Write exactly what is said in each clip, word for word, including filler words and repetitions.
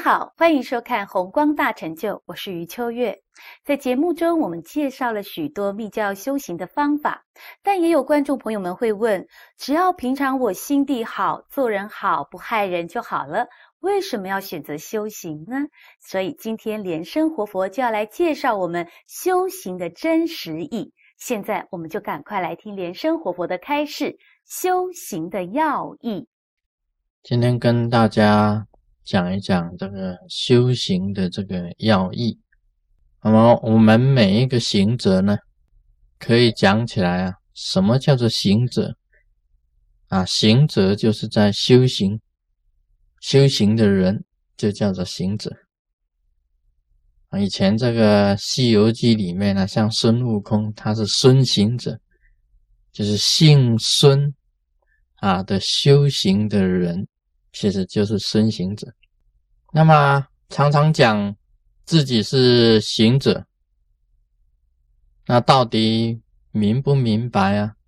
好，欢迎收看《红光大成就》，我是余秋月。在节目中，我们介绍了许多密教修行的方法，但也有观众朋友们会问：只要平常我心地好，做人好，不害人就好了，为什么要选择修行呢？所以今天莲生活佛就要来介绍我们修行的真实意。现在我们就赶快来听莲生活佛的开示，修行的要义。 今天跟大家讲一讲这个修行的这个要义。那么我们每一个行者呢，可以讲起来啊，什么叫做行者啊？行者就是在修行，修行的人就叫做行者。啊，以前这个西游记里面呢，像孙悟空他是孙行者，就是姓孙啊的修行的人，其实就是孙行者。那么常常讲自己是行者，那到底明不明白啊？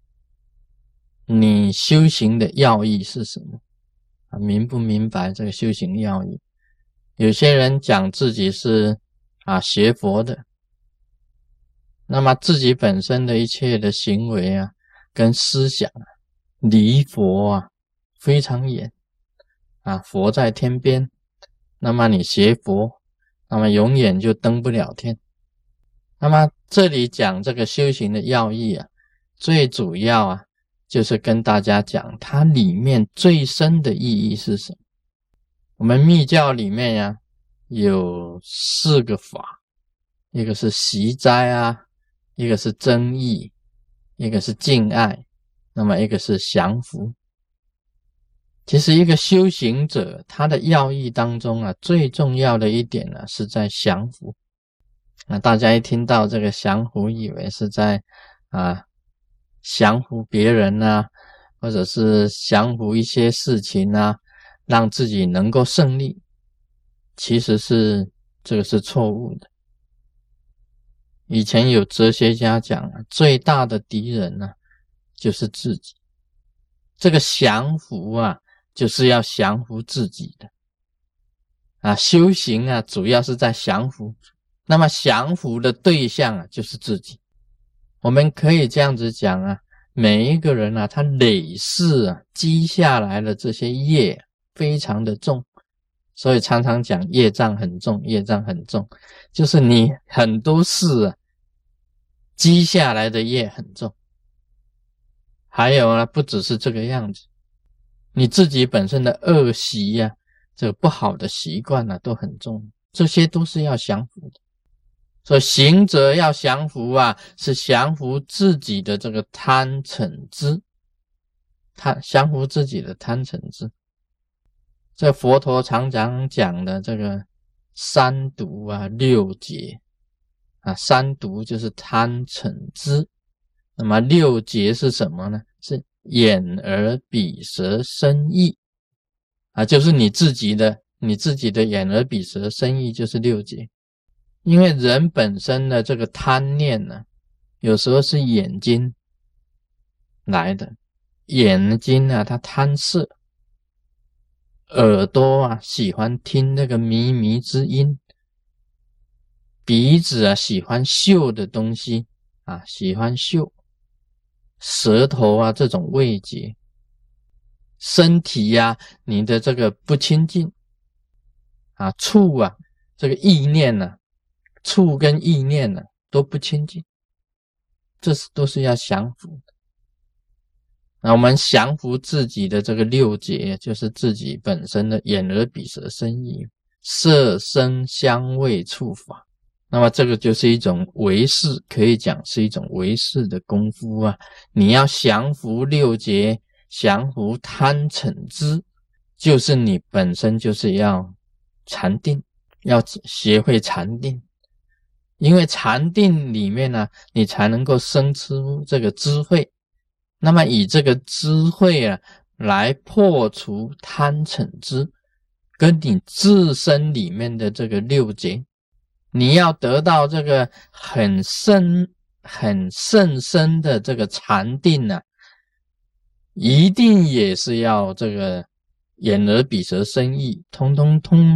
你修行的要义是什么啊？明不明白这个修行要义？有些人讲自己是啊学佛的，那么自己本身的一切的行为啊跟思想啊离佛啊非常远啊，佛在天边，那么你学佛，那么永远就登不了天。那么这里讲这个修行的要义啊，最主要啊就是跟大家讲它里面最深的意义是什么。我们密教里面呀、啊、有四个法，一个是习斋啊，一个是增益，一个是敬爱，那么一个是降伏。其实一个修行者他的要义当中啊，最重要的一点呢、啊、是在降伏。那大家一听到这个降伏，以为是在啊降服别人啊，或者是降服一些事情啊，让自己能够胜利，其实是这个是错误的。以前有哲学家讲啊，最大的敌人呢、啊、就是自己。这个降服啊就是要降服自己的啊，修行啊主要是在降服，那么降服的对象啊就是自己。我们可以这样子讲啊，每一个人啊他累世啊积下来的这些业非常的重，所以常常讲业障很重，业障很重，就是你很多事啊积下来的业很重。还有呢，不只是这个样子，你自己本身的恶习啊，这个不好的习惯啊都很重，这些都是要降服的。所以行者要降服啊，是降服自己的这个贪嗔痴，贪降服自己的贪嗔痴。这佛陀常常讲的这个三毒啊六劫啊，三毒就是贪嗔痴，那么六劫是什么呢？是眼耳鼻舌身意啊，就是你自己的你自己的眼耳鼻舌身意就是六劫。因为人本身的这个贪念呢、啊，有时候是眼睛来的，眼睛啊它贪色，耳朵啊喜欢听那个靡靡之音，鼻子啊喜欢嗅的东西啊，喜欢嗅，舌头啊这种味觉，身体啊你的这个不清净啊，触啊这个意念啊，触跟意念呢、啊、都不清净，这是都是要降服的。那我们降服自己的这个六劫，就是自己本身的眼耳鼻舌身意，色声香味触法。那么这个就是一种唯识，可以讲是一种唯识的功夫啊。你要降服六劫，降服贪嗔痴，就是你本身就是要禅定，要学会禅定。因为禅定里面呢、啊，你才能够生出这个智慧，那么以这个智慧啊来破除贪嗔痴，跟你自身里面的这个六劫，你要得到这个很深很甚深的这个禅定啊，一定也是要这个眼耳鼻舌身意通通通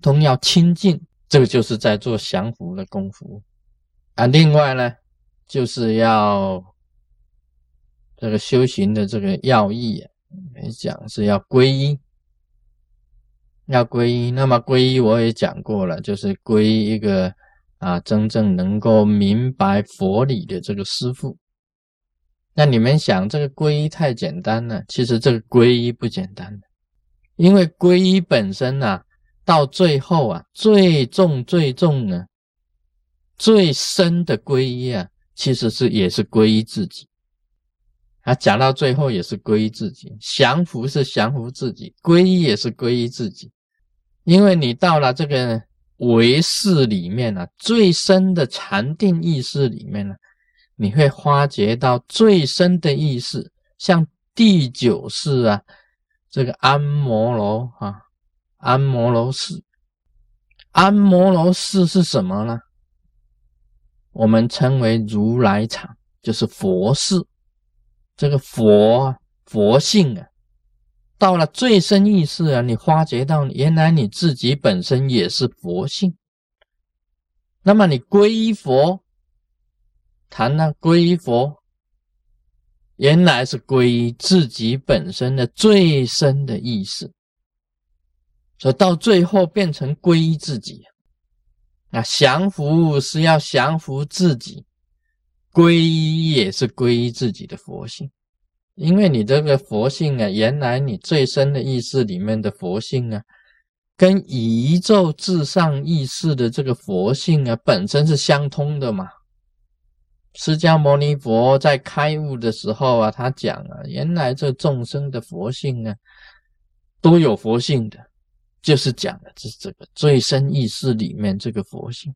通要清净，这个就是在做降伏的功夫啊。另外呢，就是要这个修行的这个要义啊，没讲是要皈依，要皈依。那么皈依我也讲过了，就是皈依一个啊真正能够明白佛理的这个师父。那你们想，这个皈依太简单了，其实这个皈依不简单，因为皈依本身啊，到最后啊，最重最重呢，最深的皈依啊，其实是也是皈依自己。啊，讲到最后也是皈依自己，降伏是降伏自己，皈依也是皈依自己。因为你到了这个唯识里面啊，最深的禅定意识里面呢、啊，你会发觉到最深的意识，像第九识啊，这个安摩罗啊，安摩罗识，安摩罗识是什么呢？我们称为如来藏，就是佛识。这个佛佛性啊，到了最深意识啊，你发觉到原来你自己本身也是佛性。那么你皈依佛，谈到皈依佛，原来是皈依自己本身的最深的意识，所以到最后变成皈依自己。那降伏是要降伏自己，皈依也是皈依自己的佛性。因为你这个佛性啊，原来你最深的意识里面的佛性啊，跟宇宙至上意识的这个佛性啊，本身是相通的嘛。释迦牟尼佛在开悟的时候啊，他讲啊，原来这众生的佛性啊，都有佛性的，就是讲的是这个最深意识里面这个佛性。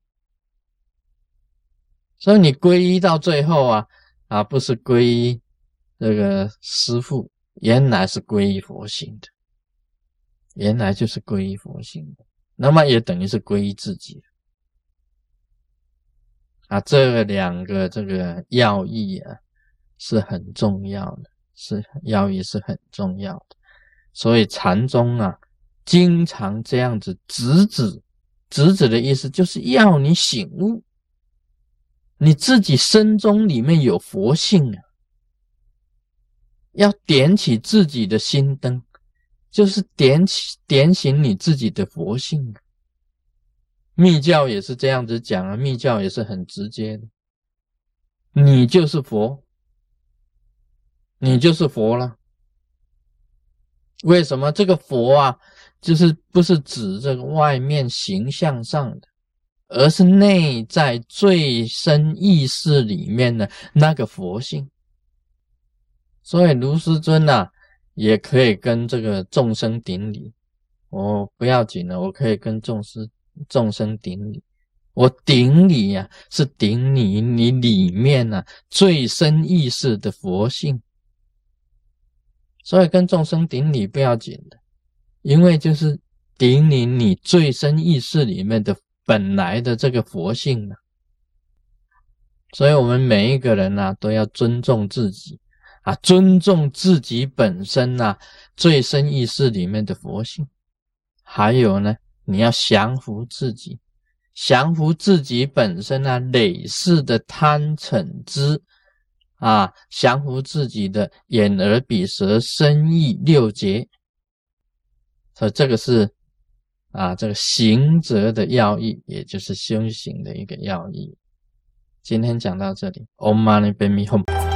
所以你皈依到最后啊，啊，不是皈依这个师父，原来是皈依佛性的，原来就是皈依佛性的，那么也等于是皈依自己啊。这两个这个要义啊，是很重要的，是要义是很重要的。所以禅宗啊，经常这样子直指，直指的意思就是要你醒悟，你自己身中里面有佛性啊，要点起自己的心灯，就是点起点醒你自己的佛性。密教也是这样子讲啊，密教也是很直接的，你就是佛，你就是佛了。为什么这个佛啊，就是不是指这个外面形象上的，而是内在最深意识里面的那个佛性。所以卢师尊啊，也可以跟这个众生顶礼，我不要紧了，我可以跟众生众生顶礼。我顶礼啊，是顶你你里面啊最深意识的佛性。所以跟众生顶礼不要紧的，因为就是顶你你最深意识里面的本来的这个佛性啊。所以我们每一个人啊，都要尊重自己啊，尊重自己本身啊最深意识里面的佛性。还有呢，你要降服自己，降服自己本身啊累世的贪嗔痴啊，降服自己的眼耳鼻舌身意六结。所以这个是啊这个行者的要义，也就是修行的一个要义。今天讲到这里，Om Mani Padme Hum。